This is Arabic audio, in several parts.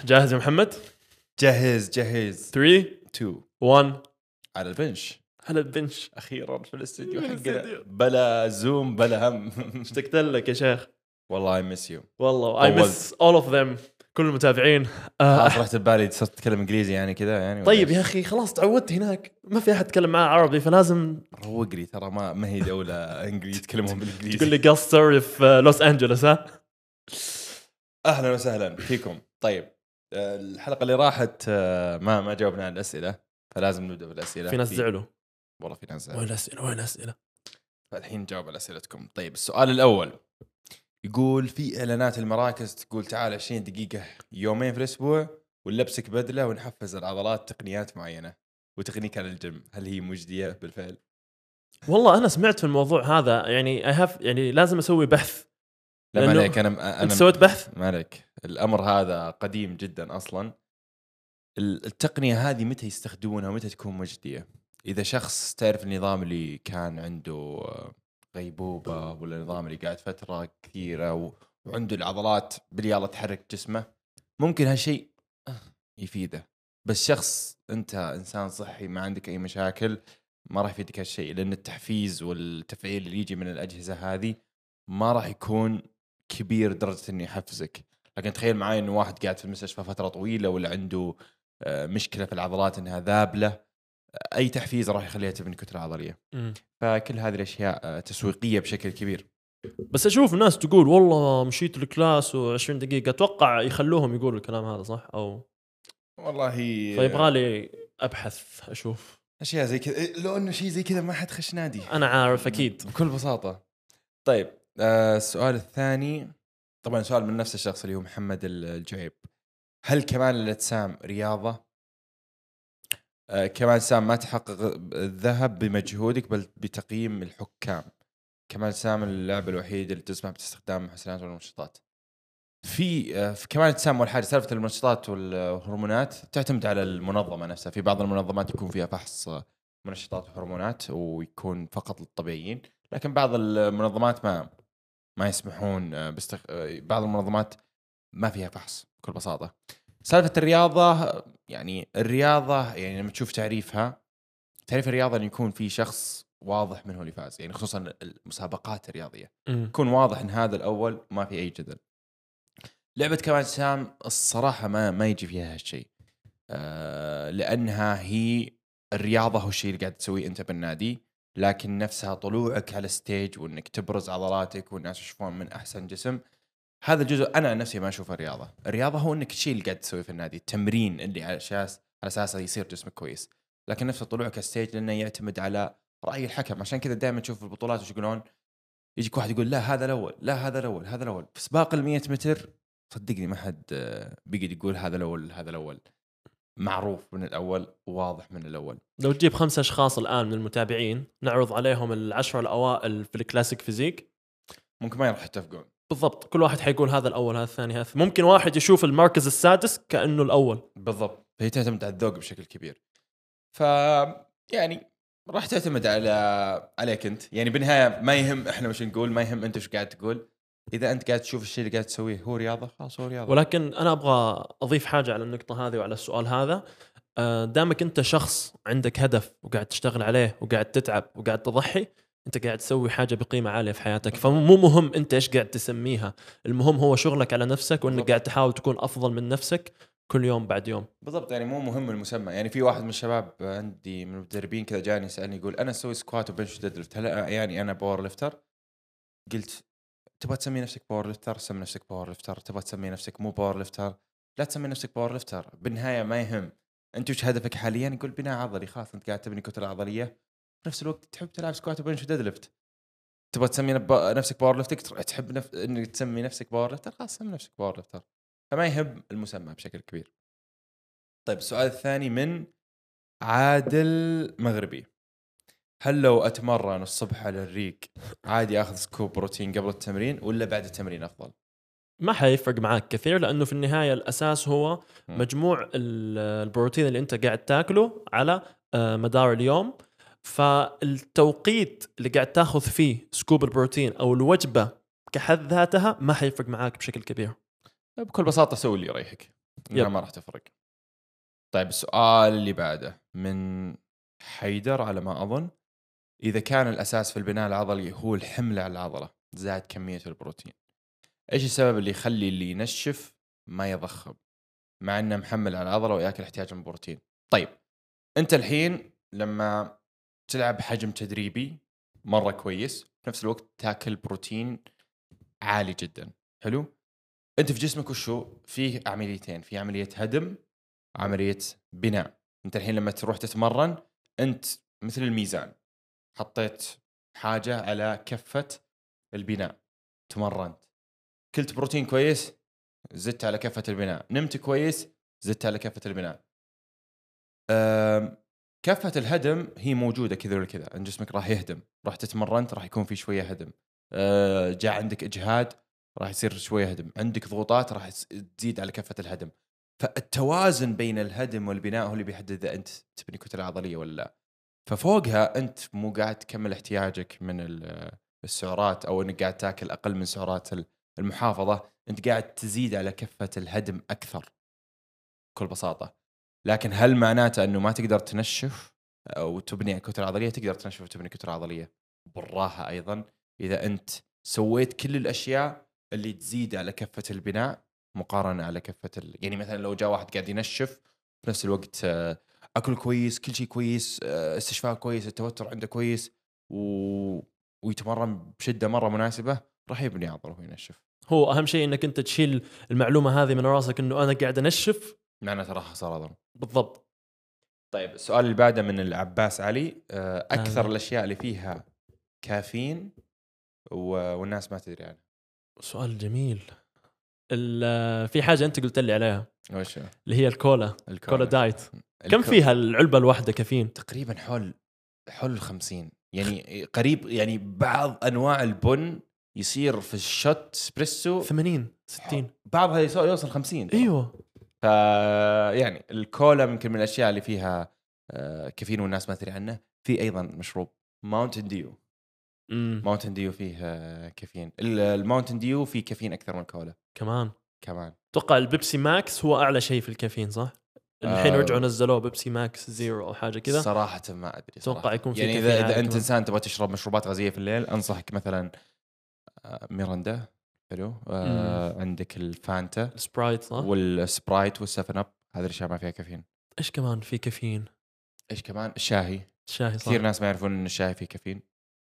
جاهز يا محمد؟ جهز 3 2 1 على البنش. على البنش. اخيرا في الاستديو حقنا الاستديو. بلا زوم بلا هم. اشتقت لك يا شيخ والله I miss you. والله I miss all of them. كل المتابعين. خلاص رحت ببالي صرت اتكلم انجليزي يعني كذا يعني. طيب يا اخي خلاص تعودت هناك ما في احد يتكلم معاه عربي فلازم روق لي ترى ما هي دولة انجليزي يتكلمون بالانجليزي. تقول لي قصر في لوس انجلوس ها. اهلا وسهلا فيكم. طيب الحلقة اللي راحت ما جاوبنا على الاسئلة فلازم نبدا بالاسئلة. في ناس زعلوا والله في ناس وين الاسئله فالحين نجاوب على اسئلتكم. طيب السؤال الاول يقول في اعلانات المراكز تقول تعال 20 دقيقة يومين في الاسبوع ونلبسك بدلة ونحفز العضلات تقنيات معينة وتقنيك على الجيم، هل هي مجدية بالفعل؟ والله انا سمعت في الموضوع هذا يعني يعني لازم اسوي بحث. لا ما عليك انا انت سويت بحث؟ ما عليك، الامر هذا قديم جدا اصلا. التقنية هذه متى يستخدمونها ومتى تكون مجدية؟ اذا شخص تعرف النظام اللي كان عنده غيبوبة ولا النظام اللي قاعد فترة كثيرة وعنده العضلات باليالة تحرك جسمه، ممكن هالشيء يفيده. بس شخص انت انسان صحي ما عندك اي مشاكل ما راح يفيدك هالشيء، لان التحفيز والتفعيل اللي يجي من الاجهزة هذه ما راح يكون كبير درجة انه يحفزك. لكن تخيل معي انه واحد قاعد في المستشفى فترة طويلة ولا عنده مشكلة في العضلات انها ذابلة، اي تحفيز راح يخليها تبني كتلة عضلية. فكل هذه الاشياء تسويقية بشكل كبير. بس اشوف الناس تقول والله مشيت الكلاس و20 دقيقه، اتوقع يخلوهم يقولوا الكلام هذا صح او والله فيبغى لي ابحث اشوف اشياء زي كذا. لو انه شيء زي كذا ما حد خش نادي، انا عارف اكيد بكل بساطة. طيب السؤال الثاني طبعا سؤال من نفس الشخص اللي هو محمد الجعيب. هل كمال الأجسام رياضة؟ كمال الأجسام ما تحقق الذهب بمجهودك بل بتقييم الحكام. كمال الأجسام اللعبة الوحيدة اللي تسمح باستخدام الحسنات والمنشطات. في كمال الأجسام والحاجة سالفة المنشطات والهرمونات تعتمد على المنظمة نفسها. في بعض المنظمات يكون فيها فحص منشطات وهرمونات ويكون فقط للطبيعيين، لكن بعض المنظمات ما يسمحون بعض المنظمات ما فيها فحص بكل بساطة. سالفة الرياضة يعني لما تشوف تعريف الرياضة أن يكون في شخص واضح منه اللي فاز، يعني خصوصا المسابقات الرياضية يكون واضح أن هذا الأول وما في أي جدل. لعبة كمال الأجسام الصراحة ما يجي فيها هالشيء، لأنها هي الرياضة هو الشيء اللي قاعد تسويه أنت بالنادي، لكن نفسها طلوعك على الستيج وأنك تبرز عضلاتك والناس يشوفون من أحسن جسم، هذا الجزء أنا عن نفسي ما أشوفه الرياضة هو أنك الشيء اللي قاعد تسويه في النادي، التمرين اللي على أساسه يصير جسمك كويس. لكن نفس طلوعك على الستيج لأنه يعتمد على رأي الحكم. عشان كذا دائما تشوف البطولات وش يقولون، يجيك واحد يقول لا هذا الأول، لا هذا الأول، هذا الأول. في سباق 100 متر صدقني ما حد بيقدر يقول هذا الأول، هذا الأول معروف من الأول وواضح من الأول. لو تجيب 5 أشخاص الآن من المتابعين نعرض عليهم 10 الأوائل في الكلاسيك فيزيك ممكن ما يروح يتفقون بالضبط. كل واحد حيقول هذا الأول هذا الثاني هذا، ممكن واحد يشوف المركز السادس كأنه الأول بالضبط. فهي تعتمد على الذوق بشكل كبير. يعني راح تعتمد عليك انت. يعني بالنهايه ما يهم احنا وش نقول، ما يهم انت وش قاعد تقول. اذا انت قاعد تشوف الشيء اللي قاعد تسويه هو رياضه خلاص هو رياضه. ولكن انا ابغى اضيف حاجه على النقطه هذه وعلى السؤال هذا. دامك انت شخص عندك هدف وقاعد تشتغل عليه وقاعد تتعب وقاعد تضحي، انت قاعد تسوي حاجه بقيمه عاليه في حياتك، فمو مهم انت ايش قاعد تسميها، المهم هو شغلك على نفسك وانك قاعد تحاول تكون افضل من نفسك كل يوم بعد يوم. بالضبط. يعني مو مهم المسمى. يعني في واحد من الشباب عندي من المدربين كذا جاني يسالني يقول انا اسوي سكوات وبنش ديدليفت، هل يعني انا باور ليفتر؟ قلت تبغى تسمي نفسك باور ليفتر سمي نفسك باور ليفتر، تبغى تسمي نفسك مو باور ليفتر لا تسمي نفسك باور ليفتر. بالنهايه ما يهم انت وش هدفك حاليا. يقول بناء عضلي، خلاص انت قاعد تبني كتله عضليه في نفس الوقت تحب تلعب سكوات وبنش ديدليفت. تبغى تسمي نفسك باور ليفتك، تحب انك تسمي نفسك باور ليفتر، خلاص سمي نفسك باور ليفتر. فما يهم المسمى بشكل كبير. طيب السؤال الثاني من عادل مغربي. هل لو أتمرن الصبح على الريق عادي أخذ سكوب بروتين قبل التمرين ولا بعد التمرين أفضل؟ ما حيفرق معك كثير، لأنه في النهاية الأساس هو مجموع البروتين اللي أنت قاعد تاكله على مدار اليوم. فالتوقيت اللي قاعد تاخذ فيه سكوب البروتين أو الوجبة كحد ذاتها ما حيفرق معاك بشكل كبير. بكل بساطة سوي اللي يريحك. انها ما راح تفرق. طيب السؤال اللي بعده من حيدر على ما اظن، اذا كان الاساس في البناء العضلي هو الحمل على العضله زائد كميه البروتين، ايش السبب اللي يخلي اللي ينشف ما يضخم مع انه محمل على العضله وياكل احتياج من البروتين؟ طيب انت الحين لما تلعب حجم تدريبي مره كويس في نفس الوقت تاكل بروتين عالي جدا، حلو، انت في جسمك وشو فيه عمليتين، في عمليه هدم، عمليه بناء. انت الحين لما تروح تتمرن انت مثل الميزان، حطيت حاجه على كفه البناء، تمرنت، كلت بروتين كويس، زدت على كفه البناء، نمت كويس، زدت على كفه البناء. كفه الهدم هي موجوده كذا ولا كذا، ان جسمك راح يهدم، راح تتمرنت راح يكون في شويه هدم، جاء عندك اجهاد راح يصير شويه هدم، عندك ضغوطات راح تزيد على كفه الهدم. فالتوازن بين الهدم والبناء هو اللي بيحدد اذا انت تبني كتله عضليه ولا لا. ففوقها انت مو قاعد تكمل احتياجك من السعرات، او انك قاعد تاكل اقل من سعرات المحافظه، انت قاعد تزيد على كفه الهدم اكثر بكل بساطه. لكن هل معناته انه ما تقدر تنشف او تبني كتله عضليه؟ تقدر تنشف وتبني كتله عضليه بالراحه ايضا، اذا انت سويت كل الاشياء اللي تزيد على كفه البناء مقارنه على كفه يعني مثلا لو جاء واحد قاعد ينشف في نفس الوقت اكل كويس، كل شيء كويس، استشفاء كويس، التوتر عنده كويس، ويتمرن بشده مره مناسبه، راح يبني عضله وينشف. هو اهم شيء انك انت تشيل المعلومه هذه من راسك انه انا قاعد انشف، معناته راح صار عضله. بالضبط. طيب السؤال اللي بعده من العباس علي، اكثر الاشياء اللي فيها كافيين والناس ما تدري عنها. سؤال جميل. في حاجه انت قلت لي عليها وش اللي هي الكولا دايت. كم فيها العلبه الواحده كافيين؟ تقريبا حول 50 يعني قريب، يعني بعض انواع البن يصير في الشوت اسبريسو 80 60، بعضها يوصل 50. ايوه. ف يعني الكولا يمكن من الاشياء اللي فيها كافيين والناس ما تدري عنه. في ايضا مشروب ماونتن ديو. ماونتن ديو فيه كافيين. الماونتن ديو فيه كافيين اكثر من الكولا كمان. كمان. اتوقع البيبسي ماكس هو اعلى شيء في الكافيين، صح؟ الحين رجعوا نزلوه بيبسي ماكس زيرو او حاجه كذا. صراحه ما ادري صراحه. اتوقع يكون في يعني كافيين اذا انت كمان. انسان تبغى تشرب مشروبات غازيه في الليل، انصحك مثلا ميرندا، حلو، عندك الفانتا، السبرايت، صح؟ والسبرايت والسفن اب، هذه الاشياء ما فيها كافيين. ايش كمان في كافيين؟ ايش كمان؟ الشاهي. الشاي، صح. كثير ناس ما يعرفون ان الشاي فيه كافيين.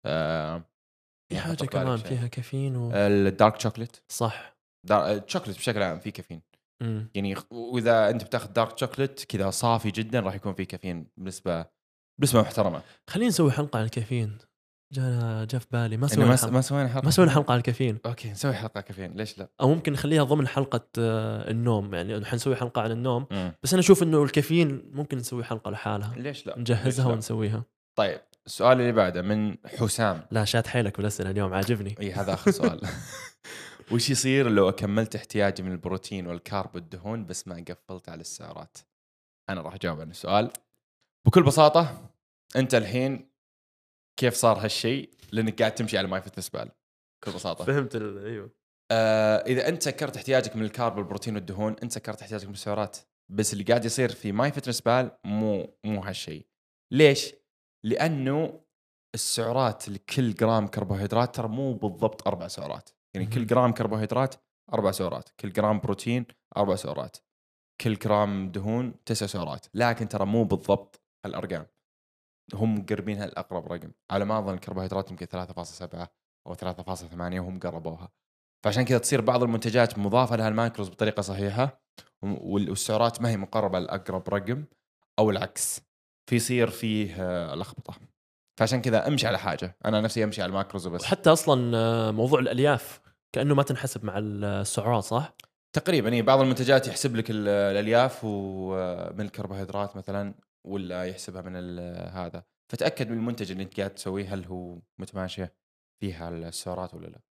في حاجه كمان فيها كافيين الدارك شوكليت، صح. الشوكليت بشكل عام فيه كافيين. يعني واذا انت بتاخذ دارك شوكليت كذا صافي جدا راح يكون فيه كافيين بنسبه محترمه. خلينا نسوي حلقه عن الكافيين. جاء في بالي ما سوينا حلقه، ما حلقه عن الكافيين. اوكي نسوي حلقه كافيين، ليش لا؟ او ممكن نخليها ضمن حلقه النوم، يعني حنسوي حلقه عن النوم. مم. بس انا اشوف انه الكافيين ممكن نسوي حلقه لحالها، ليش لا؟ نجهزها ليش لا؟ ونسويها. طيب السؤال اللي بعده من حسام. لا شات حيلك بالاسئله اليوم، عاجبني. اي هذا اخر سؤال. وش يصير لو اكملت احتياجي من البروتين والكارب والدهون بس ما قفلت على السعرات؟ انا راح اجاوب عن السؤال بكل بساطه. انت الحين كيف صار هالشيء؟ لانك قاعد تمشي على ماي فتنس بال بكل بساطه. فهمت ايوه. اذا انت سكرت احتياجك من الكارب والبروتين والدهون، انت سكرت احتياجك من السعرات. بس اللي قاعد يصير في ماي فتنس بال مو هالشيء. ليش؟ لانه السعرات لكل جرام كربوهيدرات ترى مو بالضبط 4 سعرات. يعني كل جرام كربوهيدرات 4 سعرات، كل جرام بروتين 4 سعرات، كل جرام دهون 9 سعرات. لكن ترى مو بالضبط الارقام، هم مقربينها الأقرب رقم. على ما أظن الكربوهيدرات يمكن 3.7 أو 3.8 وهم قربوها. فعشان كذا تصير بعض المنتجات مضافة لها الماكروز بطريقة صحيحة والسعرات ما هي مقربة لأقرب رقم، أو العكس، يصير فيه لخبطة. فعشان كذا امشي على حاجة. أنا نفسي امشي على الماكروز وبس. وحتى أصلا موضوع الألياف كأنه ما تنحسب مع السعرات، صح؟ تقريبا يعني بعض المنتجات يحسب لك الألياف ومن الكربوهيدرات مثلا، ولا يحسبها من هذا. فتأكد من المنتج اللي انت قاعد تسويه هل هو متماشي فيها السعرات ولا لا.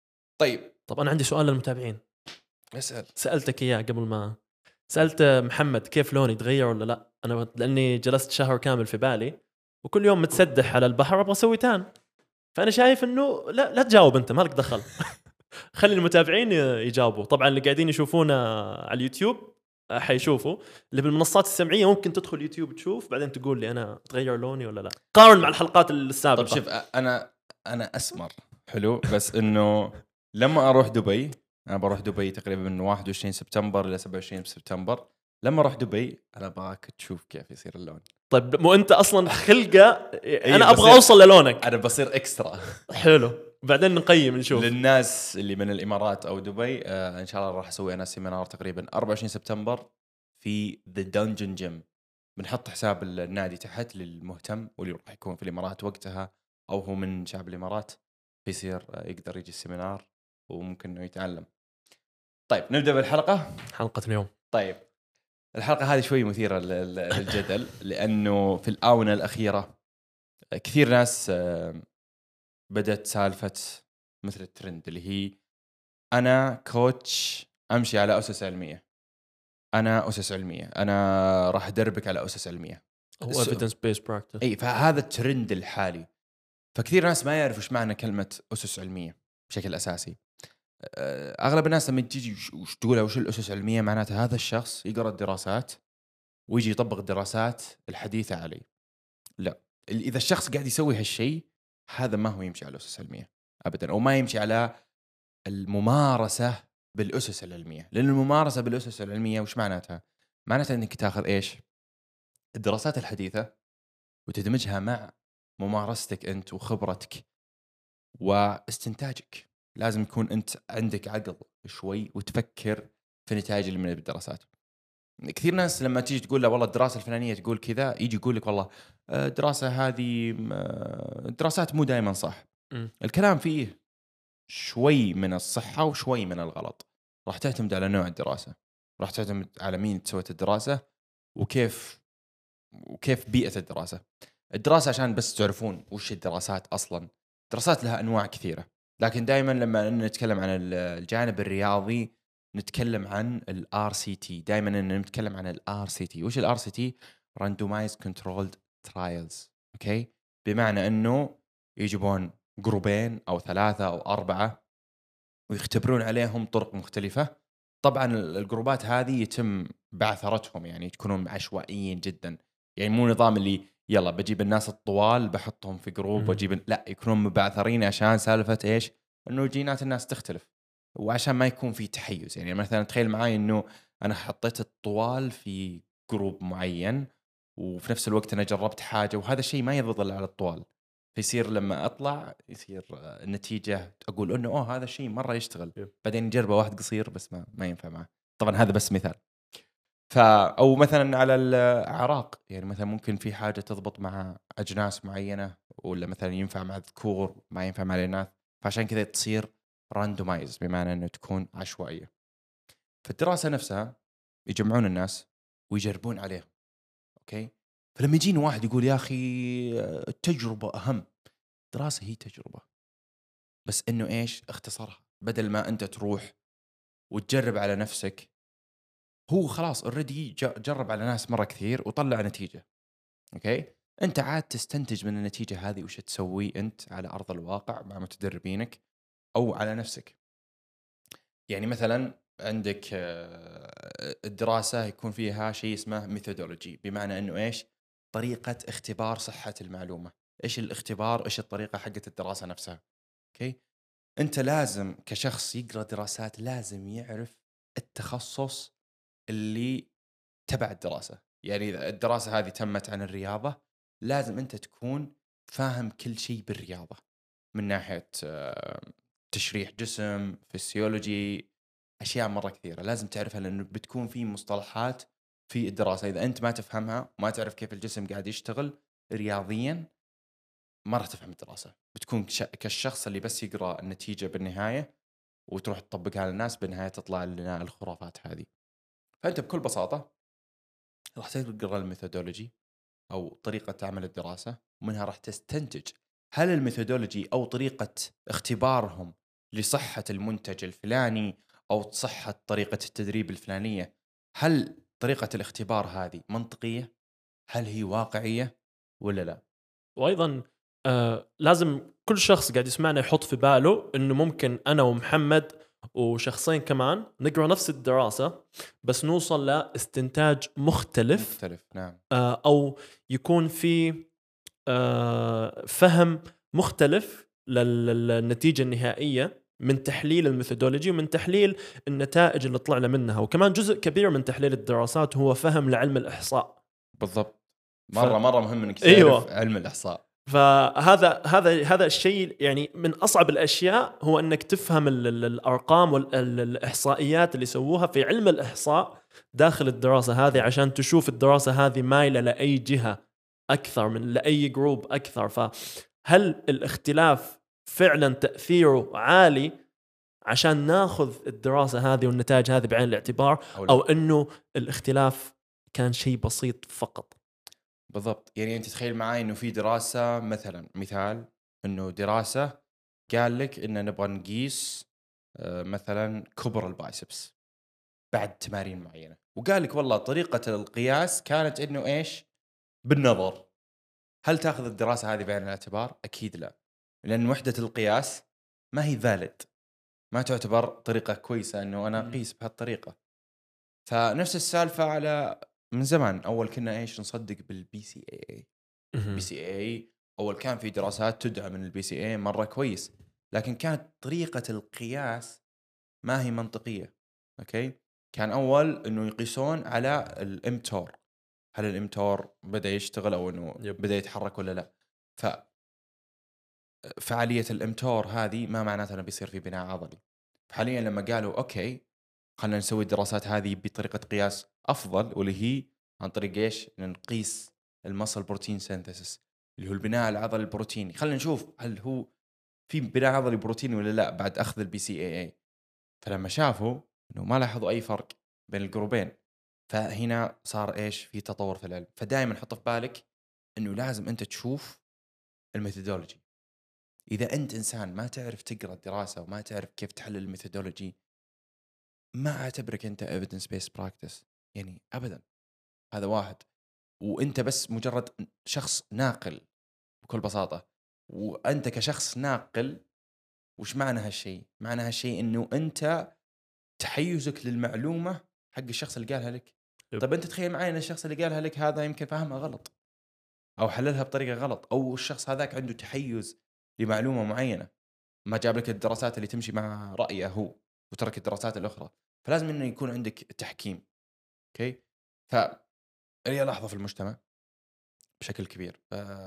طب أنا عندي سؤال للمتابعين. اسأل. سألتك إياه قبل ما سألت محمد كيف لوني تغير ولا لا. أنا لأني جلست شهر كامل في بالي وكل يوم متسدح على البحر أبغى أسوي تان. فأنا شايف إنه لا تجاوب أنت، مالك دخل. خلي المتابعين يجاوبوا. طبعا اللي قاعدين يشوفونا على اليوتيوب حيشوفوا. اللي بالمنصات السمعيه ممكن تدخل يوتيوب تشوف، بعدين تقول لي انا تغير لوني ولا لا، قارن مع الحلقات السابقه. طب شوف، انا اسمر حلو، بس انه لما اروح دبي، انا بروح دبي تقريبا من 21 سبتمبر الى 27 سبتمبر. لما اروح دبي انا ابغاك تشوف كيف يصير اللون. طيب مو انت اصلا خلقه انا ابغى بصير- اوصل للونك. انا بصير اكسترا حلو، بعدين نقيم نشوف. للناس اللي من الامارات او دبي. ان شاء الله راح اسوي انا سيمينار تقريبا 24 سبتمبر في ذا دنجن جيم. بنحط حساب النادي تحت للمهتم واللي راح يكون في الامارات وقتها، او هو من شعب الامارات، فيصير يقدر يجي السيمينار وممكن انه يتعلم. طيب نبدا بالحلقه. حلقه اليوم طيب الحلقه هذه شوي مثيره للجدل لانه في الاونه الاخيره كثير ناس بدت سالفه مثل الترند اللي هي انا كوتش امشي على اسس علميه، انا اسس علميه، انا راح ادربك على اسس علميه، هو evidence based practice. اي فهذا الترند الحالي. فكثير ناس ما يعرفوا ايش معنى كلمه اسس علميه بشكل اساسي. اغلب الناس لما تيجي وش تقولها وش الاسس العلميه، معناتها هذا الشخص يقرا الدراسات ويجي يطبق الدراسات الحديثه عليه. لا، اذا الشخص قاعد يسوي هالشيء هذا ما هو يمشي على الاسس العلميه ابدا، او ما يمشي على الممارسه بالاسس العلميه. لان الممارسه بالاسس العلميه وش معناتها؟ معناتها انك تاخذ ايش؟ الدراسات الحديثه وتدمجها مع ممارستك انت وخبرتك واستنتاجك. لازم يكون انت عندك عقل شوي وتفكر في النتائج اللي من الدراسات. كثير ناس لما تيجي تقول له والله الدراسه الفلانيه تقول كذا، يجي يقول لك والله الدراسه هذه دراسات مو دائما صح. الكلام فيه شوي من الصحه وشوي من الغلط. راح تعتمد على نوع الدراسه، راح تعتمد على مين سوت الدراسه وكيف بيئه الدراسه. الدراسه عشان بس تعرفون وش الدراسات اصلا، دراسات لها انواع كثيره، لكن دائما لما نتكلم عن الجانب الرياضي نتكلم عن الار سي تي. دائما نتكلم عن الار سي تي. وش الار سي تي؟ راندومايز كنترولد ترايلز. اوكي، بمعنى انه يجيبون جروبين او 3 أو 4 ويختبرون عليهم طرق مختلفه. طبعا الجروبات هذه يتم بعثرتهم، يعني يكونون عشوائيين جدا. يعني مو نظام اللي يلا بجيب الناس الطوال بحطهم في جروب واجيب، لا، يكونون مبعثرين عشان سالفه ايش؟ انه جينات الناس تختلف وعشان ما يكون في تحيز. يعني مثلا تخيل معي انه انا حطيت الطوال في جروب معين وفي نفس الوقت انا جربت حاجه وهذا الشيء ما يضبط على الطوال، فيصير لما اطلع يصير النتيجه اقول انه هذا الشيء مره يشتغل، بعدين نجربه واحد قصير بس ما ينفع معه. طبعا هذا بس مثال. او مثلا على الاعراق، يعني مثلا ممكن في حاجه تضبط مع اجناس معينه، ولا مثلا ينفع مع الذكور ما ينفع مع الاناث، فعشان كذا تصير راندومايز بمعنى انه تكون عشوائيه. في الدراسه نفسها يجمعون الناس ويجربون عليهم. اوكي، فلما يجيني واحد يقول يا اخي التجربه اهم، دراسه هي تجربه بس انه ايش اختصارها، بدل ما انت تروح وتجرب على نفسك، هو خلاص اوريدي جرب على ناس مره كثير وطلع نتيجه. اوكي، انت عاد تستنتج من النتيجه هذه وش تسوي انت على ارض الواقع مع متدربينك او على نفسك. يعني مثلا عندك الدراسه يكون فيها شيء اسمه ميثودولوجي، بمعنى انه ايش؟ طريقه اختبار صحه المعلومه. ايش الاختبار؟ ايش الطريقه حقت الدراسه نفسها؟ اوكي، انت لازم كشخص يقرا دراسات لازم يعرف التخصص اللي تبع الدراسه. يعني اذا الدراسه هذه تمت عن الرياضه لازم انت تكون فاهم كل شيء بالرياضه، من ناحيه تشريح جسم، فسيولوجي، اشياء مره كثيره لازم تعرفها، لانه بتكون في مصطلحات في الدراسه اذا انت ما تفهمها وما تعرف كيف الجسم قاعد يشتغل رياضيا ما راح تفهم الدراسه. بتكون كالشخص اللي بس يقرا النتيجه بالنهايه وتروح تطبقها على الناس، بالنهايه تطلع لنا الخرافات هذه. فانت بكل بساطه راح تقرا الميثودولوجي او طريقه عمل الدراسه، ومنها راح تستنتج هل الميثودولوجي او طريقه اختبارهم لصحه المنتج الفلاني او صحه طريقه التدريب الفلانيه، هل طريقه الاختبار هذه منطقيه؟ هل هي واقعيه ولا لا؟ وايضا لازم كل شخص قاعد يسمعنا يحط في باله انه ممكن انا ومحمد وشخصين كمان نقرأ نفس الدراسة بس نوصل لاستنتاج مختلف. نعم. أو يكون في فهم مختلف للنتيجة النهائية من تحليل الميثودولوجي ومن تحليل النتائج اللي طلعنا منها. وكمان جزء كبير من تحليل الدراسات هو فهم لعلم الإحصاء. بالضبط. مرة مهم انك تعرف أيوة. علم الإحصاء. فهذا الشيء يعني من أصعب الأشياء، هو أنك تفهم الأرقام والإحصائيات اللي سووها في علم الإحصاء داخل الدراسة هذه، عشان تشوف الدراسة هذه مايلة لأي جهة أكثر من لأي جروب أكثر. فهل الاختلاف فعلا تأثيره عالي عشان ناخذ الدراسة هذه والنتائج هذه بعين الاعتبار، أو أنه الاختلاف كان شيء بسيط فقط؟ بالضبط. يعني أنت تخيل معي إنه في دراسة مثلا، مثال إنه دراسة قال لك إن نبغى نقيس مثلا كبر البايسبس بعد تمارين معينة، وقال لك والله طريقة القياس كانت إنه إيش؟ بالنظر. هل تأخذ الدراسة هذه بعين الاعتبار؟ أكيد لا، لأن وحدة القياس ما هي valid، ما تعتبر طريقة كويسة إنه أنا أقيس بهالطريقة. فنفس السالفة على من زمان، أول كنا إيش نصدق بالبي سي اي. بي سي اي أول كان في دراسات تدعم من البي سي اي مرة كويس، لكن كانت طريقة القياس ما هي منطقية. أوكي، كان أول إنه يقيسون على الامتور، هل الامتور بدأ يشتغل أو إنه بدأ يتحرك ولا لا. فعالية الامتور هذه ما معناتها أنه بيصير في بناء عضلي. حاليا لما قالوا أوكي خلنا نسوي الدراسات هذه بطريقة قياس أفضل، واللي هي عن طريق إيش؟ نقيس المسل بروتين سينثيسيس اللي هو البناء العضلي البروتيني. خلنا نشوف هل هو في بناء عضلي بروتيني ولا لا بعد أخذ البي سي اي اي. فلما شافوا إنه ما لاحظوا أي فرق بين الجروبين، فهنا صار إيش؟ في تطور في العلم. فدائما حط في بالك إنه لازم أنت تشوف الميثودولوجي. إذا أنت إنسان ما تعرف تقرأ الدراسة وما تعرف كيف تحلل الميثودولوجي، ما أعتبرك أنت evidence based practice يعني أبدا. هذا واحد، وأنت بس مجرد شخص ناقل بكل بساطة. وأنت كشخص ناقل وش معنى هالشيء؟ معنى هالشيء إنه أنت تحيزك للمعلومة حق الشخص اللي قالها لك. طب أنت تخيل معي أن الشخص اللي قالها لك هذا يمكن فهمها غلط أو حللها بطريقة غلط، أو الشخص هذاك عنده تحيز لمعلومة معينة، ما جاب لك الدراسات اللي تمشي مع رأيه هو وترك الدراسات الأخرى. فلازم إنه يكون عندك تحكيم. أوكي، فهي لحظة في المجتمع بشكل كبير.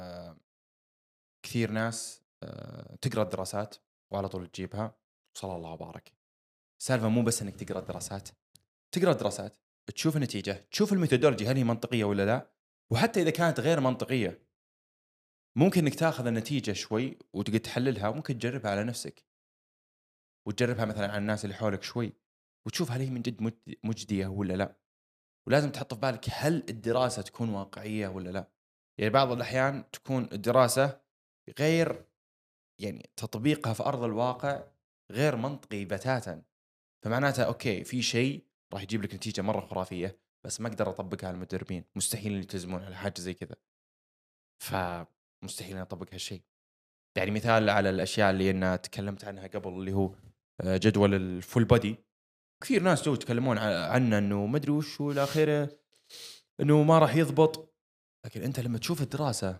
كثير ناس تقرأ الدراسات وعلى طول تجيبها وصلى الله وبارك. سالفة مو بس إنك تقرأ الدراسات، تقرأ الدراسات تشوف النتيجة، تشوف الميثودولوجي هل هي منطقية ولا لا. وحتى إذا كانت غير منطقية ممكن إنك تأخذ النتيجة شوي وتقدر تحللها، وممكن تجربها على نفسك وتجربها مثلا على الناس اللي حولك شوي وتشوف هل هي من جد مجدية ولا لا. ولازم تحط في بالك هل الدراسة تكون واقعية ولا لا. يعني بعض الأحيان تكون الدراسة غير، يعني تطبيقها في أرض الواقع غير منطقي بتاتا. فمعناتها أوكي في شيء راح يجيب لك نتيجة مرة خرافية بس ما أقدر أطبقها على المدربين، مستحيل يلتزمون على حاجة زي كذا، فمستحيل أطبق هالشيء. يعني مثال على الأشياء اللي أنا تكلمت عنها قبل اللي هو جدول الفول بودي. كثير ناس جو يتكلمون عنه انه ما ادري وش الى اخره، انه ما راح يضبط. لكن انت لما تشوف الدراسه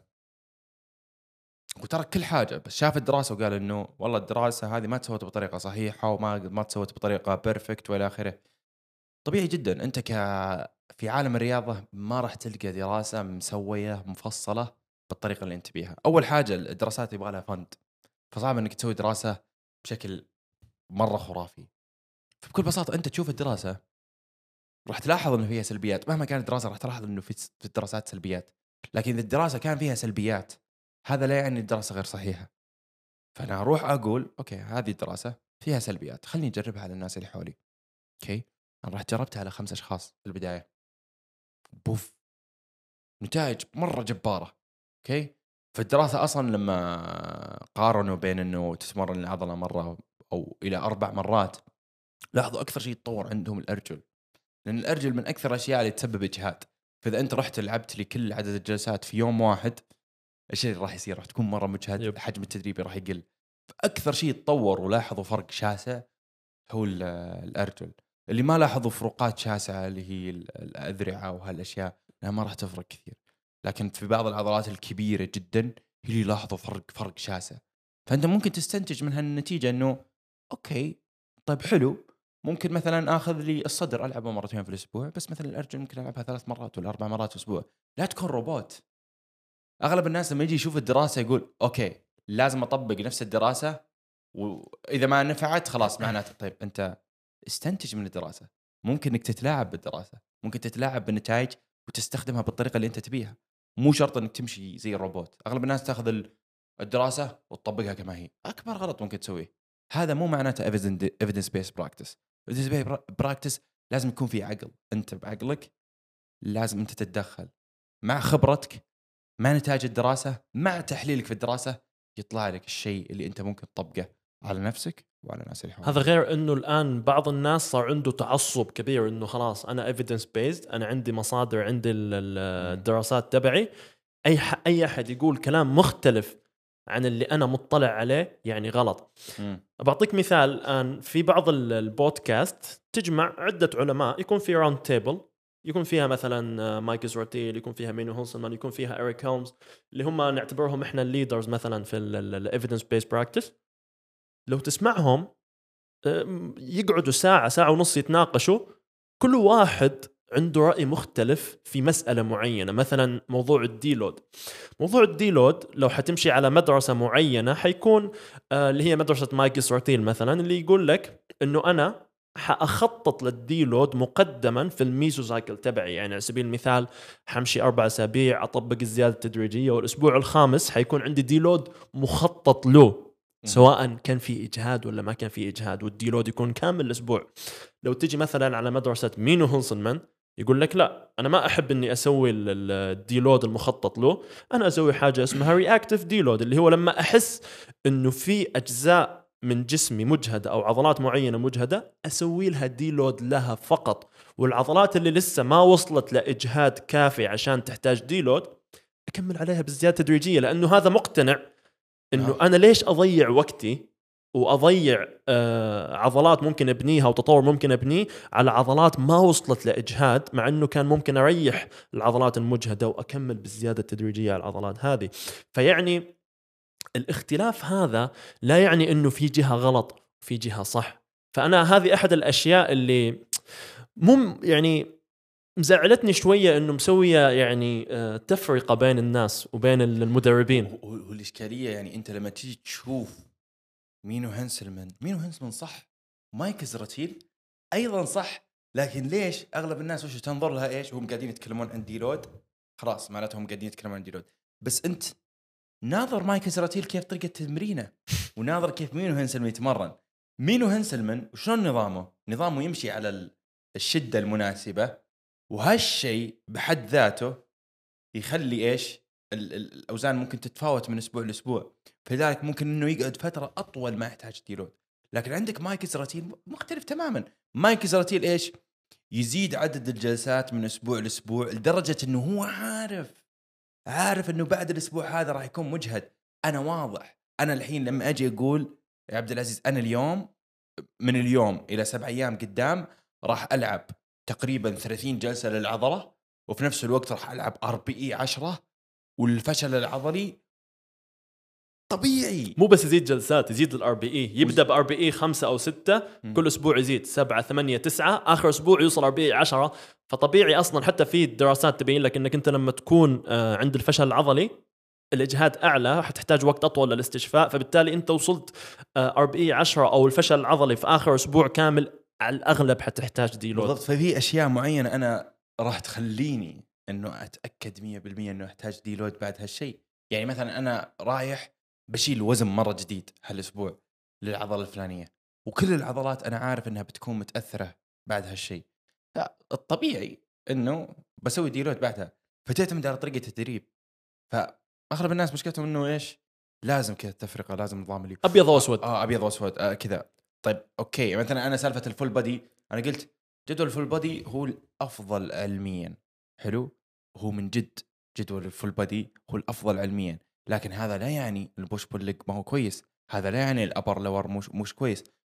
وترك كل حاجه بس شاف الدراسه وقال انه والله الدراسه هذه ما تسوت بطريقه صحيحه وما تسوت بطريقه بيرفكت والى اخره، طبيعي جدا انت في عالم الرياضه ما راح تلقى دراسه مسويه مفصله بالطريقه اللي انت بيها. اول حاجه الدراسات يبغى لها فند، فصعب انك تسوي دراسه بشكل مره خرافي. فبكل بساطه انت تشوف الدراسه راح تلاحظ انه فيها سلبيات. مهما كانت الدراسه راح تلاحظ انه في الدراسات سلبيات، لكن اذا الدراسه كان فيها سلبيات هذا لا يعني الدراسه غير صحيحه. فانا اروح اقول اوكي هذه الدراسه فيها سلبيات، خليني اجربها على الناس اللي حولي. اوكي، انا راح جربتها على 5 اشخاص في البدايه، بوف، نتائج مره جباره. اوكي، فالدراسه اصلا لما قارنوا بين انه تتمرن العضله مره او الى 4 مرات، لاحظوا اكثر شيء يتطور عندهم الارجل، لأن الأرجل من أكثر الأشياء اللي تسبب إجهاد. فإذا أنت رحت لعبت لي كل عدد الجلسات في يوم واحد، الشيء اللي راح يصير راح تكون مرة مجهد، حجم التدريبي راح يقل. فأكثر شيء تطور ولاحظوا فرق شاسع هو الارجل، اللي ما لاحظوا فروقات شاسعه اللي هي الاذرعه وهالاشياء، لانها ما راح تفرق كثير. لكن في بعض العضلات الكبيره جدا هي اللي يلاحظوا فرق شاسع. فانت ممكن تستنتج من هالنتيجه انه اوكي طيب حلو، ممكن مثلا اخذ لي الصدر العبه مرتين في الاسبوع، بس مثلا الارجل ممكن العبها 3 مرات ولا 4 مرات في الاسبوع. لا تكون روبوت. اغلب الناس لما يجي يشوف الدراسه يقول اوكي لازم اطبق نفس الدراسه، واذا ما نفعت خلاص معناته. طيب انت استنتج من الدراسه، ممكن انك تتلاعب بالدراسه، ممكن تتلاعب بالنتائج وتستخدمها بالطريقه اللي انت تبيها. مو شرط انك تمشي زي الروبوت. اغلب الناس تاخذ الدراسه وتطبقها كما هي. اكبر غلط ممكن تسويه. هذا مو معناته evidence based practice. evidence based practice لازم يكون في عقل. انت بعقلك لازم انت تتدخل مع خبرتك، مع نتائج الدراسه، مع تحليلك في الدراسه، يطلع لك الشيء اللي انت ممكن تطبقه على نفسك وعلى الناس اللي حولك. هذا غير انه الان بعض الناس صار عنده تعصب كبير انه خلاص انا evidence based، انا عندي مصادر، عندي الدراسات تبعي، اي احد يقول كلام مختلف عن اللي انا مطلع عليه يعني غلط. بعطيك مثال. الان في بعض البودكاست تجمع عده علماء، يكون في راوند تيبل، يكون فيها مثلا مايك إزراتيل، يكون فيها مينو هولسمان، يكون فيها إريك هولمز، اللي هم نعتبرهم احنا الليدرز مثلا في الايفيدنس بيس براكتس. لو تسمعهم يقعدوا ساعة ونص يتناقشوا، كل واحد عنده رأي مختلف في مسألة معينة. مثلا موضوع الديلود، موضوع الديلود لو حتمشي على مدرسة معينة حيكون اللي هي مدرسة مايك إسراتيل مثلا، اللي يقول لك انه انا حأخطط للديلود مقدما في الميزوسايكل تبعي. يعني على سبيل المثال حمشي 4 أسابيع، أطبق الزيادة التدريجية، والأسبوع الخامس حيكون عندي ديلود مخطط له، سواء كان في إجهاد ولا ما كان في إجهاد، والديلود يكون كامل الأسبوع. لو تجي مثلا على مدرسة مينو هولسمان يقول لك لا، أنا ما أحب أني أسوي الديلود المخطط له، أنا أسوي حاجة اسمها رياكتيف ديلود، اللي هو لما أحس أنه في أجزاء من جسمي مجهدة أو عضلات معينة مجهدة أسوي لها ديلود لها فقط، والعضلات اللي لسه ما وصلت لإجهاد كافي عشان تحتاج ديلود أكمل عليها بالزيادة تدريجية. لأنه هذا مقتنع إنه أنا ليش أضيع وقتي وأضيع عضلات ممكن أبنيها وتطور ممكن أبنيه على عضلات ما وصلت لإجهاد، مع إنه كان ممكن أريح العضلات المجهدة وأكمل بالزيادة التدريجية على العضلات هذه. فيعني الاختلاف هذا لا يعني إنه في جهة غلط وفي جهة صح. فأنا هذه أحد الأشياء اللي يعني مزعلتني شوية، إنه مسوية يعني تفرقة بين الناس وبين المدربين. والإشكالية يعني أنت لما تيجي تشوف مينو هنسلمان صح، مايك إزراتيل أيضا صح، لكن ليش أغلب الناس وش تنظر لها إيش؟ هم قاعدين يتكلمون عن ديلود، خلاص معناتهم قاعدين يتكلمون عن ديلود. بس أنت ناظر مايك إزراتيل كيف طريقة تمرينه، وناظر كيف مينو هنسلمان يتمرن. مينو هنسلمان وشلون نظامه يمشي على الشدة المناسبة، وهالشيء بحد ذاته يخلي إيش الأوزان ممكن تتفاوت من أسبوع لأسبوع، فلذلك ممكن إنه يقعد فترة أطول ما يحتاج ديلود. لكن عندك مايك إزراتيل مختلف تماما. مايك إزراتيل إيش يزيد عدد الجلسات من أسبوع لأسبوع لدرجة إنه هو عارف إنه بعد الأسبوع هذا راح يكون مجهد. أنا واضح، أنا الحين لما أجي أقول يا عبد العزيز أنا اليوم من اليوم إلى 7 أيام قدام راح ألعب تقريبا 30 جلسة للعضلة، وفي نفس الوقت راح ألعب RPE 10، والفشل العضلي طبيعي. مو بس يزيد جلسات، يزيد الRPE، يبدأ بRPE 5 أو 6، كل أسبوع يزيد 7 8 9، آخر أسبوع يوصل RPE 10. فطبيعي أصلا حتى في دراسات تبين لك أنك أنت لما تكون عند الفشل العضلي الإجهاد أعلى حتحتاج وقت أطول للاستشفاء، فبالتالي أنت وصلت RPE 10 أو الفشل العضلي في آخر أسبوع كامل على الأغلب حتحتاج ديلود. بالضبط. ففي أشياء معينة أنا راح تخليني أنه أتأكد 100% أنه أحتاج ديلود بعد هالشيء. يعني مثلا أنا رايح بشيل وزن مرة جديد هالأسبوع للعضلة الفلانية، وكل العضلات أنا عارف أنها بتكون متأثرة بعد هالشيء، الطبيعي أنه بسوي ديلود بعدها. فتعتمد على طريقة التدريب. فأغلب الناس مشكلتهم أنه إيش، لازم كذا التفرقة، لازم نظام اليوم أبيض وأسود. أبيض وأسود كذا. طيب أوكي، مثلا أنا سالفة الفول بادي، أنا قلت جدول الفول بادي هو الأفضل علميا. حلو، هو من جد جدول الفول بادي هو الأفضل علميا، لكن هذا لا يعني البوش بول ليج ما هو كويس، هذا لا يعني الأبر لور مش كويس.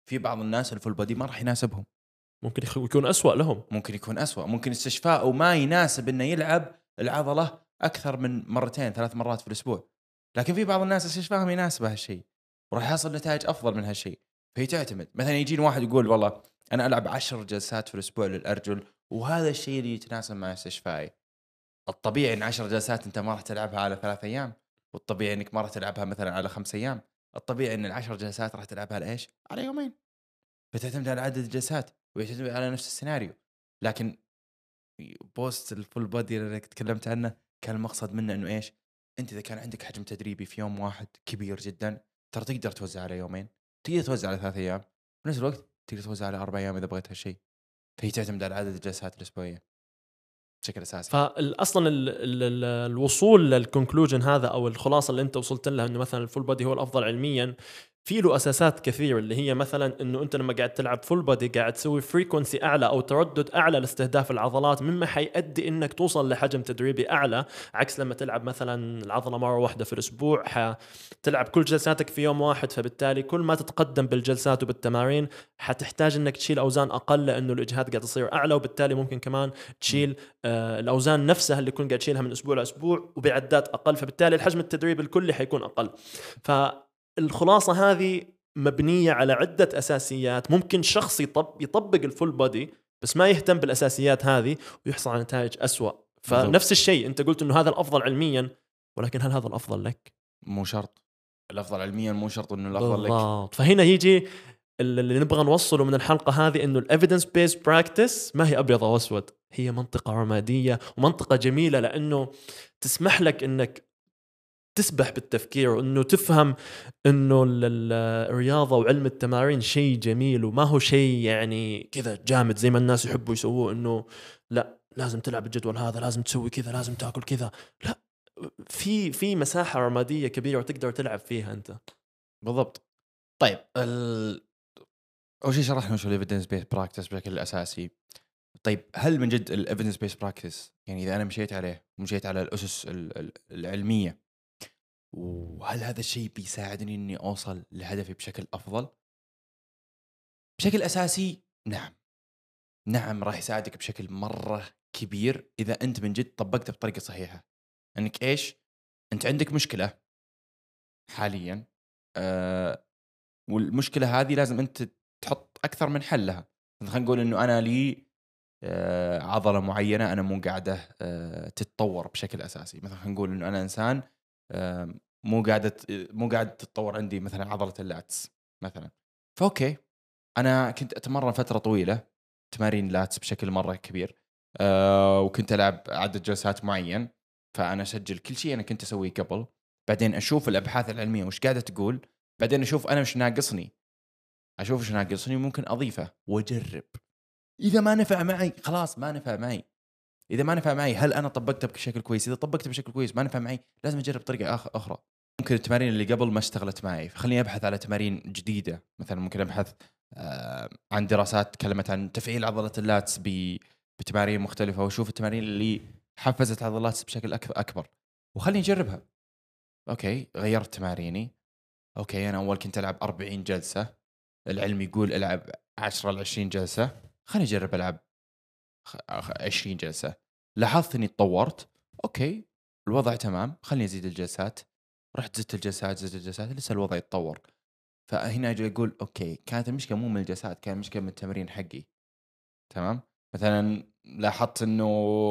في بعض الناس الفول بودي ما راح يناسبهم، ممكن يكون أسوأ لهم. ممكن يكون أسوأ، ممكن استشفاء وما يناسب انه يلعب العضله اكثر من مرتين 3 مرات في الاسبوع. لكن في بعض الناس استشفائهم يناسبه هالشيء وراح يحصل نتائج افضل من هالشيء. فهي تعتمد، مثلا يجيني واحد يقول والله انا العب 10 جلسات في الاسبوع للارجل وهذا الشيء اللي يتناسب مع استشفائي. الطبيعي ان 10 جلسات انت ما راح تلعبها على 3 ايام، والطبيعي انك ما راح تلعبها مثلا على 5 ايام، الطبيعي ان ال10 جلسات راح تلعبها على ايش؟ على يومين. فتعتمد على عدد الجلسات ويعتمد على نفس السيناريو. لكن بوست الفول بودي اللي تكلمت عنه كان المقصد منه انه ايش؟ انت اذا كان عندك حجم تدريبي في يوم واحد كبير جدا ترى تقدر توزع على يومين، تقدر توزع على 3 ايام، في نفس الوقت تقدر توزع على 4 ايام اذا بغيت هالشيء. فهي تعتمد على عدد الجلسات الاسبوعيه بشكل اساسي. فاصلا الوصول للكونكلوجن هذا او الخلاصه اللي انت وصلت لها انه مثلا الفول بودي هو الافضل علميا، في له اساسات كثيره، اللي هي مثلا انه انت لما قاعد تلعب فول بودي قاعد تسوي فريكونسي اعلى او تردد اعلى لاستهداف العضلات، مما حيؤدي انك توصل لحجم تدريبي اعلى، عكس لما تلعب مثلا العضله مره واحده في الاسبوع، حتلعب كل جلساتك في يوم واحد، فبالتالي كل ما تتقدم بالجلسات وبالتمارين حتحتاج انك تشيل اوزان اقل لانه الاجهاد قاعد يصير اعلى، وبالتالي ممكن كمان تشيل الاوزان نفسها اللي كنت قاعد تشيلها من اسبوع لاسبوع وبعدات اقل، فبالتالي الحجم التدريبي الكلي حيكون اقل. فالخلاصه هذه مبنيه على عده اساسيات. ممكن شخص يطبق الفول بودي بس ما يهتم بالاساسيات هذه ويحصل على نتائج أسوأ. فنفس الشيء انت قلت انه هذا الافضل علميا، ولكن هل هذا الافضل لك؟ مو شرط الافضل علميا، مو شرط انه الافضل لك. فهنا يجي اللي نبغى نوصله من الحلقة هذه، انه الإيفيدنس بيس براكتس ما هي ابيض واسود، هي منطقة رمادية ومنطقة جميلة، لانه تسمح لك انك تسبح بالتفكير، وانه تفهم انه الرياضة وعلم التمارين شيء جميل وما هو شيء يعني كذا جامد زي ما الناس يحبوا يسووه، انه لا لازم تلعب الجدول هذا، لازم تسوي كذا، لازم تاكل كذا. لا، في مساحة رمادية كبيرة وتقدر تلعب فيها انت. بالضبط. طيب اول شيء شرحنا شو الايفيدنس بيس براكتس بشكل اساسي. طيب هل من جد الايفيدنس بيس براكتس يعني اذا انا مشيت عليه ومشيت على الاسس العلميه، وهل هذا الشيء بيساعدني اني اوصل لهدفي بشكل افضل؟ بشكل اساسي نعم راح يساعدك بشكل مره كبير اذا انت من جد طبقته بطريقه صحيحه. انك ايش؟ انت عندك مشكله حاليا، والمشكله هذه لازم انت تحط اكثر من حل لها. خلينا نقول انه انا لي عضله معينه انا مو قاعده تتطور بشكل اساسي. مثلا خلينا نقول انه انا انسان مو قاعده تتطور عندي مثلا عضله اللاتس مثلا. فاوكي انا كنت اتمرن فتره طويله تمارين لاتس بشكل مره كبير، وكنت العب عدد جلسات معين، فانا اسجل كل شيء انا كنت اسويه قبل، بعدين اشوف الابحاث العلميه وش قاعده تقول، بعدين اشوف انا وش ناقصني، وممكن اضيفه واجرب. اذا ما نفع معي خلاص ما نفع معي. اذا ما نفع معي هل انا طبقته بشكل كويس؟ اذا طبقته بشكل كويس ما نفع معي لازم اجرب طريقه اخرى. ممكن التمارين اللي قبل ما اشتغلت معي فخليني ابحث على تمارين جديده. مثلا ممكن ابحث عن دراسات تكلمت عن تفعيل عضله اللاتس بتمارين مختلفه، واشوف التمارين اللي حفزت عضلات اللاتس بشكل اكبر وخليني اجربها. اوكي غيرت تماريني. اوكي انا اول كنت العب 40 جلسه، العلم يقول العب 10 ل 20 جلسه، خليني اجرب العب 20 جلسه. لاحظت اني تطورت، اوكي الوضع تمام، خليني ازيد الجلسات. رحت زدت الجلسات لسه الوضع يتطور. فهنا اجي اقول اوكي كانت المشكله مو من الجلسات، كانت المشكله من التمرين حقي. تمام. مثلا لاحظت انه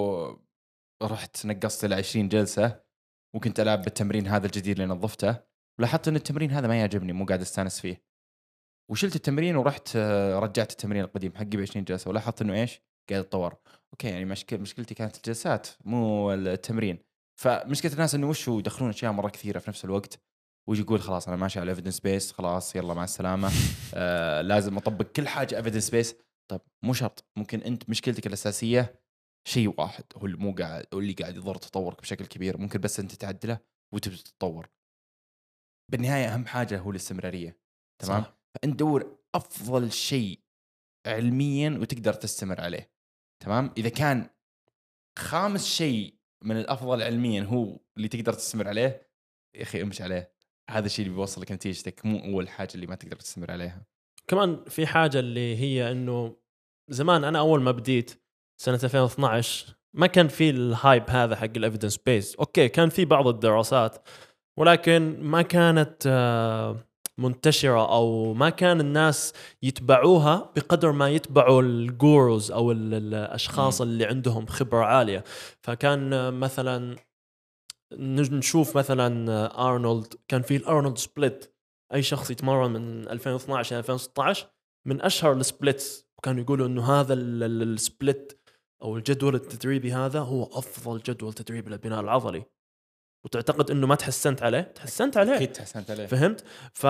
رحت نقصت الى 20 جلسه وكنت العب بالتمرين هذا الجديد اللي نظفته، ولاحظت ان التمرين هذا ما يعجبني، مو قاعد استانس فيه، وشلت التمرين ورحت رجعت التمرين القديم حقي ب 20 جلسه، ولاحظت انه ايش قاعد يتطور. اوكي يعني مشكلتي كانت الجلسات مو التمرين. فمشكله الناس انه وش يدخلون اشياء مره كثيره في نفس الوقت، ويجي يقول خلاص انا ماشي على ايفيدنس بيس، خلاص يلا مع السلامه. لازم اطبق كل حاجه ايفيدنس بيس. طب مو شرط، ممكن انت مشكلتك الاساسيه شيء واحد هو اللي مو قاعد، هو اللي قاعد يضر تطورك بشكل كبير، ممكن بس انت تعدله وتبدا تتطور. بالنهايه اهم حاجه هو الاستمراريه. تمام صح. فانت دور افضل شيء علميا وتقدر تستمر عليه. تمام. اذا كان خامس شيء من الافضل علميا هو اللي تقدر تستمر عليه، يا اخي امشي عليه. هذا الشيء اللي بيوصلك نتيجتك، مو اول حاجه اللي ما تقدر تستمر عليها. كمان في حاجة اللي هي إنه زمان أنا أول ما بديت سنة 2012 ما كان في الهايب هذا حق الإيفيدنس بيس. أوكي كان في بعض الدراسات ولكن ما كانت منتشرة أو ما كان الناس يتبعوها بقدر ما يتبعوا الجوروز أو الأشخاص اللي عندهم خبرة عالية. فكان مثلا نشوف مثلا أرنولد، كان في الأرنولد سبليت، أي شخص يتمرن من 2012 ل 2016 من أشهر السبليتس، وكانوا يقولوا إنه هذا السبليت أو الجدول التدريبي هذا هو أفضل جدول تدريبي للبناء العضلي. وتعتقد إنه ما تحسنت عليه؟ تحسنت عليه، أكيد تحسنت عليه. فهمت؟ ف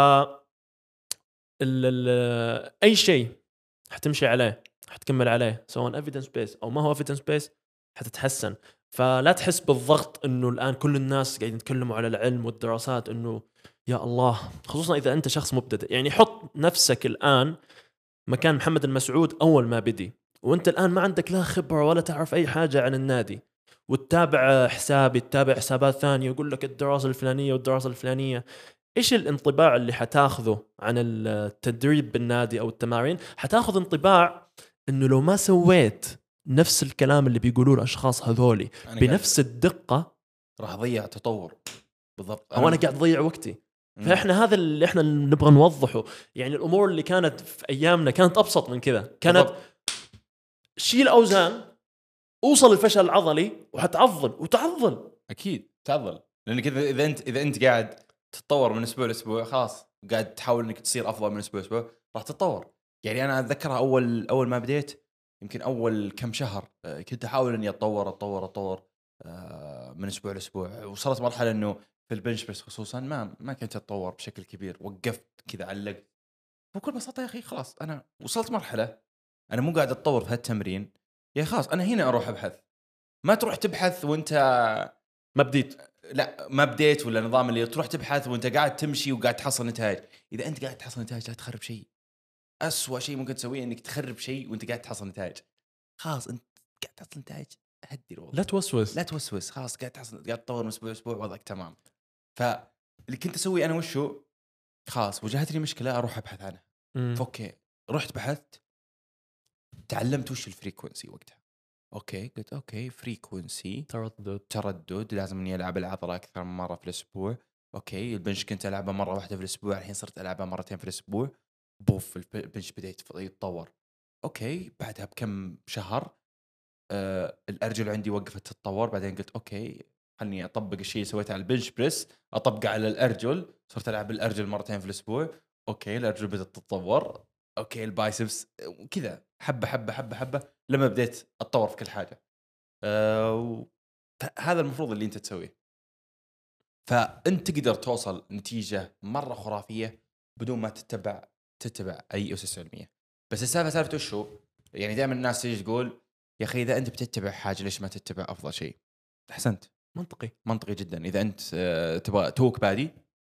أي شيء حتمشي عليه حتكمل عليه سواء evidence based أو ما هو evidence based حتتحسن. فلا تحس بالضغط إنه الآن كل الناس قاعدين يتكلموا على العلم والدراسات، إنه يا الله، خصوصا إذا أنت شخص مبتدئ. يعني حط نفسك الآن مكان محمد المسعود أول ما بدي، وأنت الآن ما عندك لا خبرة ولا تعرف أي حاجة عن النادي، وتتابع حسابي تتابع حسابات ثانية يقول لك الدراسة الفلانية والدراسة الفلانية. إيش الانطباع اللي حتاخذه عن التدريب بالنادي أو التمارين؟ حتاخذ انطباع إنه لو ما سويت نفس الكلام اللي بيقولوه الأشخاص هذولي بنفس الدقة راح أضيع تطور. بالضبط. أو أنا قاعد أضيع وقتي. فإحنا هذا اللي إحنا نبغى نوضحه. يعني الأمور اللي كانت في أيامنا كانت أبسط من كذا، كانت بالضبط. شيل أوزان، أوصل الفشل العضلي وحتعضل وتعضل. أكيد تعضل، لأنك إذا أنت قاعد تتطور من أسبوع لأسبوع، خلاص قاعد تحاول إنك تصير أفضل من أسبوع لأسبوع، راح تتطور. يعني أنا أتذكرها أول ما بديت، يمكن أول كم شهر كنت أحاول إني أتطور من أسبوع لأسبوع. وصلت مرحلة إنه في البنش بريس خصوصا ما كنت أتطور بشكل كبير، وقفت كذا علقت. بكل بساطة يا أخي خلاص أنا وصلت مرحلة أنا مو قاعد أتطور في هالتمرين، يا خلاص أنا هنا أروح أبحث. ما تروح تبحث وأنت ما بديت، لا ما بديت، ولا نظام اللي تروح تبحث وأنت قاعد تمشي وقاعد تحصل نتائج. إذا أنت قاعد تحصل نتائج لا تخرب شيء. أسوأ شيء ممكن تسويه إنك تخرب شيء وأنت قاعد تحصل نتائج. خلاص أنت قاعد تحصل نتائج، هدي الوضع، لا توسوس. خلاص قاعد تطور من أسبوع لأسبوع، وضعك تمام. فاللي كنت أسوي أنا وشو، خلاص واجهتني مشكلة أروح أبحث عنها. فأوكي رحت بحثت، تعلمت وش الفريكونسي وقتها. اوكي قلت اوكي فريكونسي تردد لازم اني العب العضله اكثر من مره في الاسبوع. اوكي البنش كنت العبه مره واحده في الاسبوع، الحين صرت العبها مرتين في الاسبوع. بوف البنش بدا يتطور. اوكي بعدها بكم شهر الارجل عندي وقفت تتطور. بعدين قلت اوكي خلني اطبق الشيء اللي سويته على البنش بريس اطبقه على الارجل، صرت العب الارجل مرتين في الاسبوع. اوكي الارجل بدات تتطور. اوكي البايسبس كذا حبه حبه حبه حبه لما بديت اتطور في كل حاجه. هذا المفروض اللي انت تسويه. فانت تقدر توصل نتيجه مره خرافيه بدون ما تتبع اي اسس علميه. بس السالفه سالفته شو، يعني دائما الناس تيجي تقول يا اخي اذا انت بتتبع حاجه ليش ما تتبع افضل شيء. احسنت، منطقي جدا. اذا انت تبغى توك بادي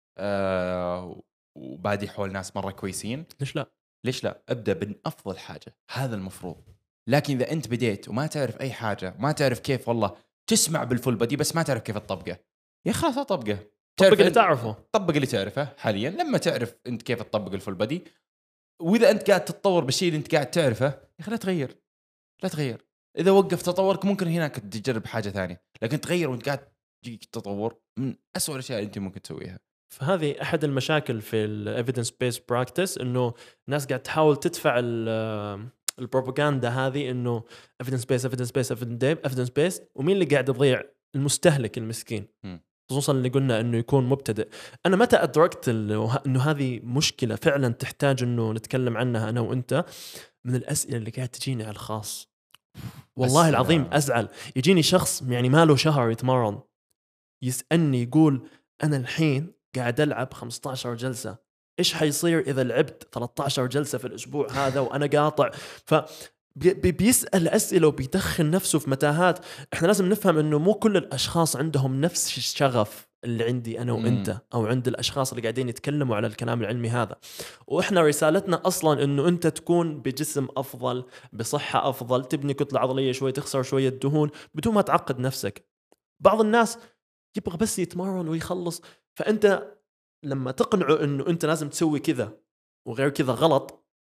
وبادي حول ناس مره كويسين، ليش لا ابدا بافضل حاجه، هذا المفروض. لكن اذا انت بديت وما تعرف اي حاجه، ما تعرف كيف، والله تسمع بالفول بادي بس ما تعرف كيف تطبقه، يا خلاص اطبقه. طبق اللي تعرفه، طبق اللي تعرفه حاليا. لما تعرف انت كيف تطبق الفول بادي، واذا انت قاعد تتطور بالشيء اللي انت قاعد تعرفه، يا اخي لا تغير. اذا وقف تطورك ممكن هناك تجرب حاجه ثانيه، لكن تغير وانت قاعد تجيك تطور من أسوأ الاشياء اللي انت ممكن تسويها. فهذه احد المشاكل في الايفيدنس بيس براكتس، انه الناس قاعد تحاول تدفع البروباغندا هذه انه ايفيدنس بيس، ومين اللي قاعد يضيع؟ المستهلك المسكين، خصوصا اللي قلنا انه يكون مبتدئ. انا متى ادركت انه هذه مشكله فعلا تحتاج انه نتكلم عنها انا وانت؟ من الاسئله اللي قاعد تجيني على الخاص، والله العظيم ازعل. يجيني شخص يعني ما له شهر يتمرن يسالني يقول انا الحين قاعد العب 15 جلسه، ايش حيصير اذا لعبت 13 جلسه في الاسبوع هذا وانا قاطع؟ بيسال اسئله وبيدخل نفسه في متاهات. احنا لازم نفهم انه مو كل الاشخاص عندهم نفس الشغف اللي عندي انا وانت او عند الاشخاص اللي قاعدين يتكلموا على الكلام العلمي هذا. واحنا رسالتنا اصلا انه انت تكون بجسم افضل، بصحه افضل، تبني كتله عضليه شوي، تخسر شويه دهون بدون ما تعقد نفسك. بعض الناس يبغى بس يتمرن ويخلص. فأنت لما تقنعه أنه أنت لازم تسوي كذا وغير كذا غلط،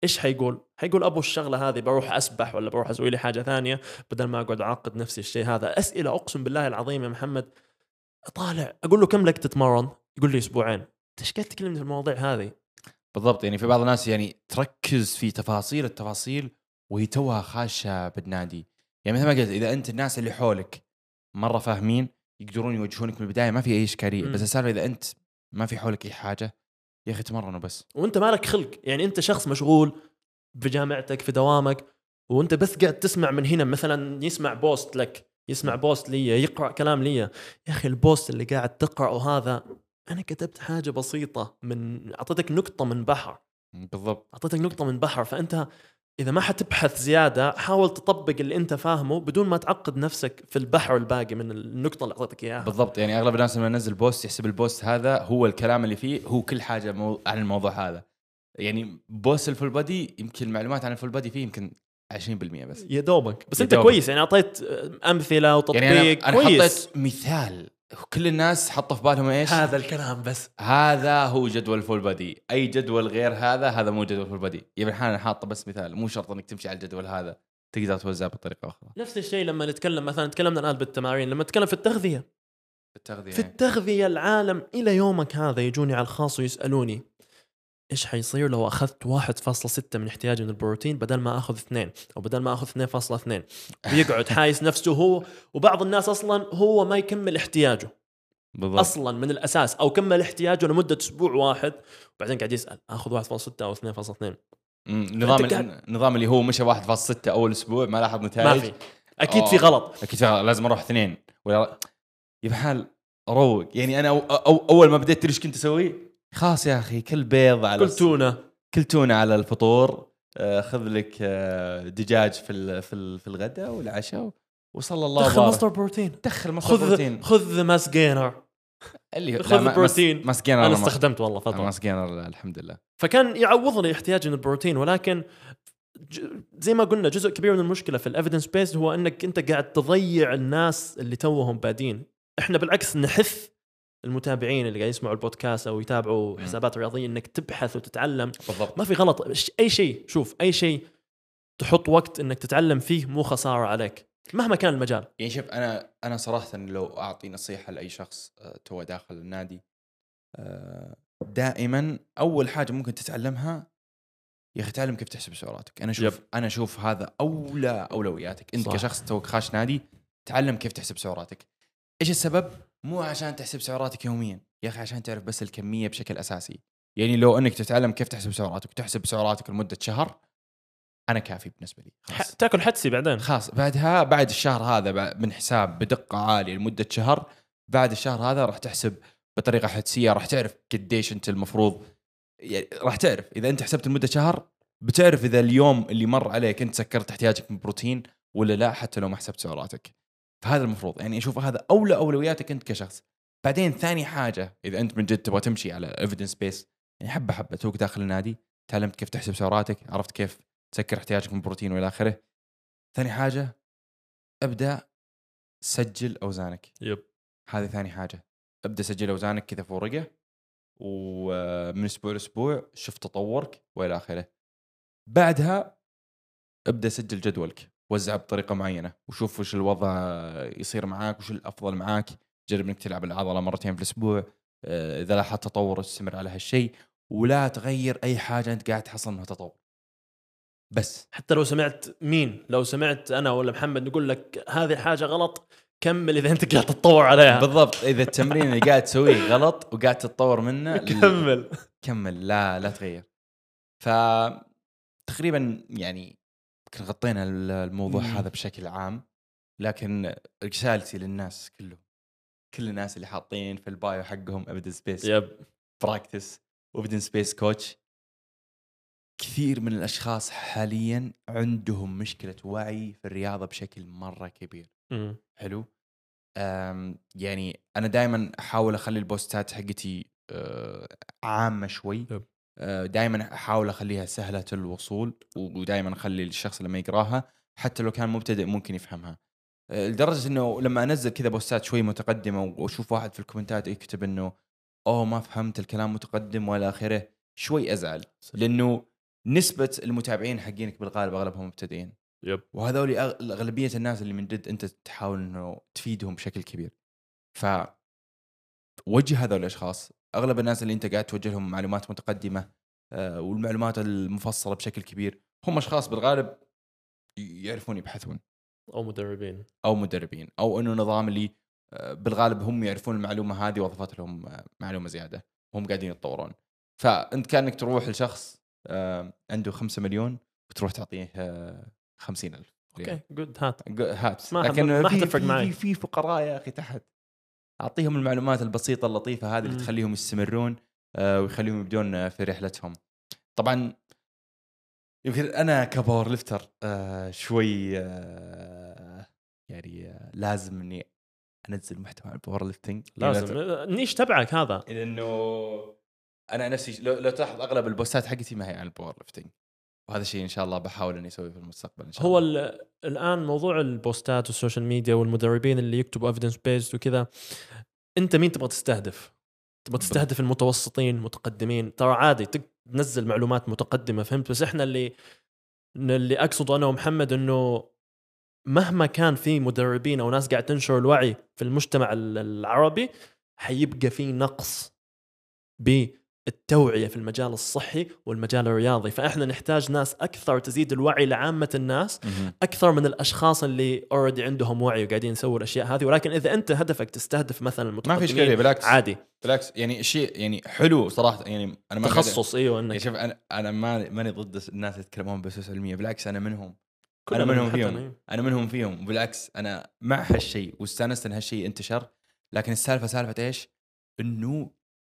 ايش حيقول ابو الشغله هذه بروح اسبح ولا بروح اسوي لي حاجه ثانيه بدل ما اقعد اعقد نفسي الشيء هذا. اسئله اقسم بالله العظيم يا محمد، طالع اقول له كم لك تتمرن، يقول لي اسبوعين. انت ايش قاعد تتكلم في المواضيع هذه؟ بالضبط. يعني في بعض الناس يعني تركز في تفاصيل التفاصيل وهي توها خاشة بالنادي. يعني مثل ما قلت، إذا أنت الناس اللي حولك مرة فاهمين يقدرون يوجهونك من البداية، ما في أي إشكالية. بس السالفة إذا أنت ما في حولك أي حاجة، يا أخي تمرن وبس. وانت مالك خلق، يعني انت شخص مشغول في جامعتك في دوامك، وانت بس قاعد تسمع من هنا، مثلا يسمع بوست لك، يسمع بوست لي، يقرأ كلام لي. يا أخي البوست اللي قاعد تقرأه هذا أنا كتبت حاجة بسيطة، من أعطيتك نقطة من بحر. بالضبط. أعطيتك نقطة من بحر. فأنت إذا ما حتبحث زيادة، حاول تطبق اللي أنت فاهمه بدون ما تعقد نفسك في البحر الباقي من النقطة اللي أعطيتك إياها. بالضبط. يعني أغلب الناس لما ينزل بوست يحسب البوست هذا هو الكلام اللي فيه، هو كل حاجة عن الموضوع هذا. يعني بوست الفول بودي يمكن المعلومات عن الفول بودي فيه يمكن 20% بس، يا دوبك. بس يا أنت دوبك. كويس، يعني أعطيت أمثلة وتطبيق. يعني أنا كويس. حطيت مثال، كل الناس حطوا في بالهم إيش هذا الكلام بس. هذا هو جدول فول بادي. اي جدول غير هذا مو جدول فول بادي. يا ابن الحلال انا حاطه بس مثال، مو شرط انك تمشي على الجدول هذا، تقدر توزع بطريقه اخرى. نفس الشيء لما نتكلم مثلا، تكلمنا الآن بالتمارين، لما نتكلم في التغذية. التغذيه في التغذية العالم إلى يومك هذا يجوني على الخاص ويسألوني إيش حيصير لو أخذت 1.6 من احتياجي من البروتين بدل ما أخذ 2، أو بدل ما أخذ 2.2. ويقعد حايس نفسه هو. وبعض الناس أصلا هو ما يكمل احتياجه بالضبط. أصلا من الأساس، أو كمل احتياجه لمدة أسبوع واحد، وبعدين قاعد يسأل أخذ 1.6 أو 2.2. النظام اللي هو مشى 1.6 اول اسبوع ما لاحظ نتائج، ما في، أكيد في غلط. اكيد في غلط، لازم اروح 2 ولا يا حال روق. يعني انا اول ما بديت ايش كنت اسوي؟ خلاص يا اخي كل بيض على كل تونه على الفطور، خذ لك دجاج في الغداء والعشاء، وصلى الله دخل مصدر بروتين، دخل مصدر بروتين. خذ ماس جينر، اللي خذ بروتين. ماس جينر انا استخدمت والله فتره ماس جينر الحمد لله. فكان يعوض لي احتياجي من البروتين. ولكن زي ما قلنا جزء كبير من المشكله في الافيدنس بيس هو انك انت قاعد تضيع الناس اللي توهم بادين. احنا بالعكس نحث المتابعين اللي قاعد يسمعوا البودكاست او يتابعوا حسابات رياضيه انك تبحث وتتعلم. بالضبط. ما في غلط. اي شيء، شوف، اي شيء تحط وقت انك تتعلم فيه مو خساره عليك مهما كان المجال. يعني شوف، انا صراحه لو اعطي نصيحه لاي شخص تو داخل النادي، دائما اول حاجه ممكن تتعلمها يا اخي تعلم كيف تحسب سعراتك. انا اشوف هذا اولوياتك انت. صح. كشخص توك خاش نادي، تعلم كيف تحسب سعراتك. ايش السبب؟ مو عشان تحسب سعراتك يوميا يا اخي، عشان تعرف بس الكميه بشكل اساسي. يعني لو انك تتعلم كيف تحسب سعراتك وتحسب سعراتك لمده شهر، انا كافي بالنسبه لي. خلاص تاكل حدسي بعدين، خلاص بعد الشهر هذا من حساب بدقه عاليه لمده شهر. بعد الشهر هذا راح تحسب بطريقه حدسيه، راح تعرف قديش انت المفروض، يعني راح تعرف اذا انت حسبت لمده شهر بتعرف اذا اليوم اللي مر عليك انت سكرت احتياجك من بروتين ولا لا، حتى لو ما حسبت سعراتك. فهذا المفروض، يعني اشوف هذا اولوياتك انت كشخص. بعدين ثاني حاجه، اذا انت من جد تبغى تمشي على ايفيدنس بيس، يعني حبه توك داخل النادي، تعلمت كيف تحسب سعراتك، عرفت كيف تسكر احتياجك من بروتين والى اخره. ثاني حاجه ابدا سجل اوزانك. هذه ثاني حاجه. ابدا سجل اوزانك كذا في ورقه، ومن اسبوع لاسبوع شوف تطورك والى اخره. بعدها ابدا سجل جدولك، وزعه بطريقه معينه، وشوف وش الوضع يصير معاك، وش الافضل معاك. جرب انك تلعب العضله مرتين في الاسبوع، اذا لاحظت تطور استمر على هالشيء، ولا تغير اي حاجه انت قاعد تحصل انها تطور. بس حتى لو سمعت انا ولا محمد نقول لك هذه حاجه غلط، كمل اذا انت قاعد تتطور عليها. بالضبط. اذا التمرين اللي قاعد تسويه غلط وقاعد تتطور منه، كمل لا تغير. فتقريبا يعني يمكن غطينا الموضوع هذا بشكل عام. لكن رسالتي للناس كل الناس اللي حاطين في البايو حقهم evidence based practice و evidence based coach، كثير من الاشخاص حاليا عندهم مشكله وعي في الرياضه بشكل مره كبير. حلو. يعني انا دائما احاول اخلي البوستات حقتي عامه شوي. دائما احاول اخليها سهله الوصول، ودائما اخلي الشخص لما يقراها حتى لو كان مبتدئ ممكن يفهمها. لدرجه انه لما انزل كذا بوستات شوي متقدمه واشوف واحد في الكومنتات يكتب انه ما فهمت الكلام متقدم ولا اخره، شوي ازعل. لانه نسبه المتابعين حقينك بالغالب اغلبهم مبتدئين، يب وهذول اغلبيه الناس اللي من جد انت تحاول انه تفيدهم بشكل كبير. ف وجه هذول الاشخاص، اغلب الناس اللي انت قاعد توجه لهم معلومات متقدمه والمعلومات المفصله بشكل كبير هم اشخاص بالغالب يعرفون يبحثون، او مدربين. او مدربين، او انه نظام اللي بالغالب هم يعرفون المعلومه هذه واضافت لهم معلومه زياده وهم قاعدين يتطورون. فانت كانك تروح لشخص عنده 5 مليون وتروح تعطيه 50,000 اوكي جود هات. هات. ما لكن ما في حتفرق معي. في فقراء يا اخي تحت، اعطيهم المعلومات البسيطه اللطيفه هذه اللي تخليهم يستمرون ويخليهم يبدون في رحلتهم. طبعا يمكن انا كباور ليفتر شوي يعني لازم اني انزل محتوى عن الباور ليفتنج، لازم النيش تبعك هذا، لانه انا نفسي لو تلاحظ اغلب البوستات حقتي ما هي عن الباور ليفتنج، وهذا شيء ان شاء الله بحاول اني اسويه في المستقبل ان شاء هو الله. الان موضوع البوستات والسوشيال ميديا والمدربين اللي يكتبوا ايفيدنس بيست وكذا، انت مين تبغى تستهدف؟ تبغى تستهدف المتوسطين المتقدمين؟ ترى عادي تنزل معلومات متقدمه، فهمت؟ بس احنا اللي اقصده انا ومحمد انه مهما كان في مدربين او ناس قاعد تنشر الوعي في المجتمع العربي، حيبقى في نقص بالتوعية في المجال الصحي والمجال الرياضي. فإحنا نحتاج ناس أكثر تزيد الوعي لعامة الناس أكثر من الأشخاص اللي already عندهم وعي وقاعدين يسووا الأشياء هذه. ولكن إذا أنت هدفك تستهدف مثلا المتقدمين، ما في إشكالية، بالعكس عادي، بالعكس يعني شيء يعني حلو صراحة. يعني أنا ما تخصص. أيوة يعني إنك شوف أنا ماني ضد الناس يتكلمون بأسس علمية، بالعكس أنا منهم، كلنا أنا منهم حتى فيهم، أنا منهم فيهم، بالعكس أنا مع هالشيء واستانست إن هالشيء انتشر. لكن السالفة سالفة إيش؟ إنه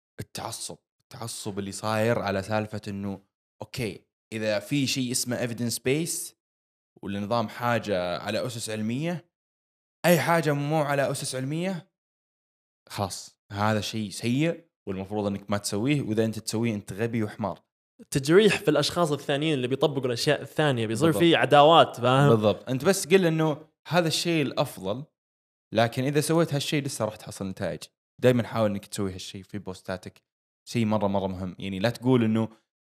التعصب اللي صاير على سالفة إنه أوكي إذا في شيء اسمه evidence based ولا نظام حاجة على أسس علمية، أي حاجة مو على أسس علمية خلاص هذا شيء سيء والمفروض إنك ما تسويه، وإذا أنت تسويه أنت غبي وحمار. تجريح في الأشخاص الثانيين اللي بيطبقوا الأشياء الثانية، بيصير بالضبط. في عداوات، فاهم؟ بالضبط. أنت بس قل إنه هذا الشيء الأفضل، لكن إذا سويت هالشيء لسه راح تحصل نتائج. دائما حاول إنك تسوي هالشيء في بوستاتك، شيء مرة مرة مهم. يعني لا تقول إنه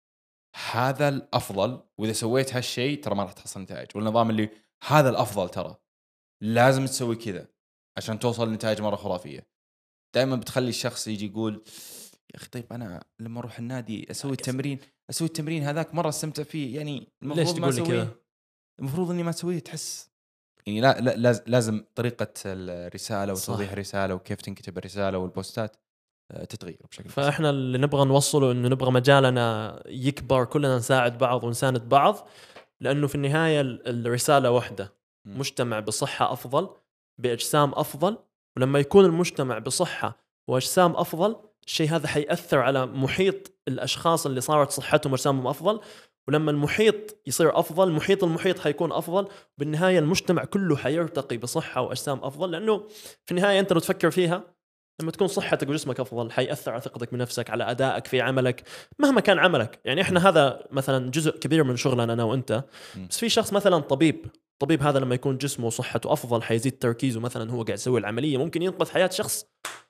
هذا الأفضل وإذا سويت هالشيء ترى ما راح تحصل نتائج، والنظام اللي هذا الأفضل ترى لازم تسوي كذا عشان توصل لنتائج مرة خرافية. دائما بتخلي الشخص يجي يقول يا أخي طيب أنا لما أروح النادي أسوي التمرين هذاك مرة استمتع فيه، يعني المفروض ما أسويه، المفروض إني ما أسويه. تحس يعني لا لازم طريقة الرسالة وتوضيح الرسالة وكيف تنكتب الرسالة والبوستات تتغير بشكل كبير. فإحنا اللي نبغى نوصله إنه نبغى مجالنا يكبر، كلنا نساعد بعض ونساند بعض، لأنه في النهاية الرسالة واحدة: مجتمع بصحة أفضل بأجسام أفضل. ولما يكون المجتمع بصحة وأجسام أفضل، الشيء هذا حيأثر على محيط الأشخاص اللي صارت صحتهم وأجسامهم أفضل. ولما المحيط يصير أفضل، المحيط حيكون أفضل. بالنهاية المجتمع كله حيرتقي بصحة وأجسام أفضل، لأنه في النهاية أنت لو تفكر فيها، لما تكون صحتك وجسمك أفضل حيأثر على ثقتك بنفسك، على أدائك في عملك مهما كان عملك. يعني إحنا هذا مثلا جزء كبير من شغلنا أنا وأنت. بس في شخص مثلا طبيب هذا لما يكون جسمه وصحته أفضل حيزيد تركيزه، مثلا هو قاعد يسوي العملية ممكن ينقذ حياة شخص.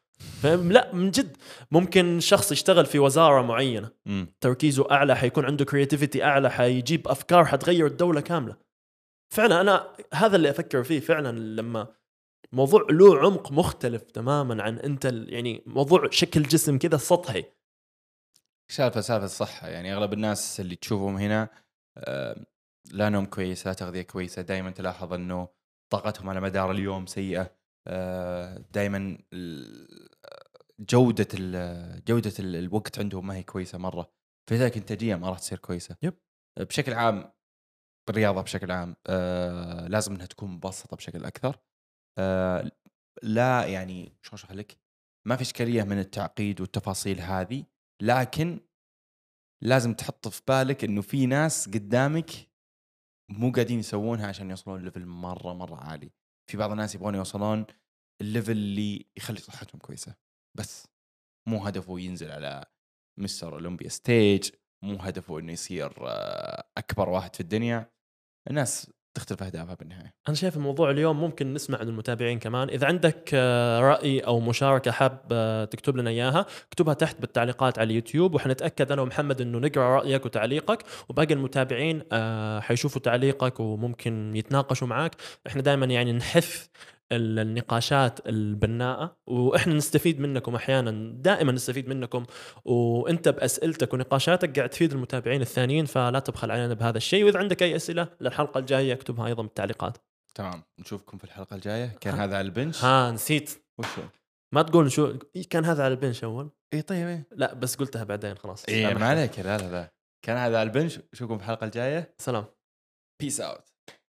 لا من جد ممكن شخص يشتغل في وزارة معينة تركيزه أعلى، حيكون عنده كرياتيفيتي أعلى، حيجيب أفكار حتغير الدولة كاملة. فعلا أنا هذا اللي أفكر فيه فعلا، لما موضوع له عمق مختلف تماما عن أنت يعني موضوع شكل جسم كذا سطحي. سالفة الصحة، يعني أغلب الناس اللي تشوفهم هنا لا نوم كويس، لا تغذية كويسة، دائما تلاحظ أنه طاقتهم على مدار اليوم سيئة، دائما جودة الوقت عندهم ما هي كويسة مرة، فلذلك إنتاجية ما راح تصير كويسة. بشكل عام الرياضة بشكل عام لازم أنها تكون مبسطة بشكل أكثر. لا يعني شو أشرح لك، ما في إشكالية من التعقيد والتفاصيل هذه، لكن لازم تحط في بالك إنه في ناس قدامك مو قاعدين يسوونها عشان يوصلون ليفل مرة مرة عالي. في بعض الناس يبغون يوصلون الليفل اللي يخلي صحتهم كويسة، بس مو هدفه ينزل على مستر أولمبيا ستيج، مو هدفه إنه يصير أكبر واحد في الدنيا. الناس تختلف اهدافها بالنهايه. أنا شايف الموضوع اليوم ممكن نسمع من المتابعين كمان. إذا عندك رأي أو مشاركة حاب تكتب لنا إياها، اكتبها تحت بالتعليقات على اليوتيوب، وحنتأكد أنا ومحمد إنه نقرأ رأيك وتعليقك، وباقي المتابعين حيشوفوا تعليقك وممكن يتناقشوا معك. إحنا دائما يعني نحث النقاشات البناءة، وإحنا نستفيد منكم أحيانا، دائما نستفيد منكم، وأنت بأسئلتك ونقاشاتك قاعد تفيد المتابعين الثانيين، فلا تبخل علينا بهذا الشيء. وإذا عندك أي أسئلة للحلقة الجاية اكتبها أيضا بالتعليقات. تمام، نشوفكم في الحلقه الجايه. كان هذا على البنش. نسيت، وشو ما تقول شو كان هذا على البنش أول؟ اي طيب ايه لا بس قلتها بعدين خلاص. ما عليك. لا كان هذا على البنش. نشوفكم في الحلقه الجايه. سلام. بيس اوت.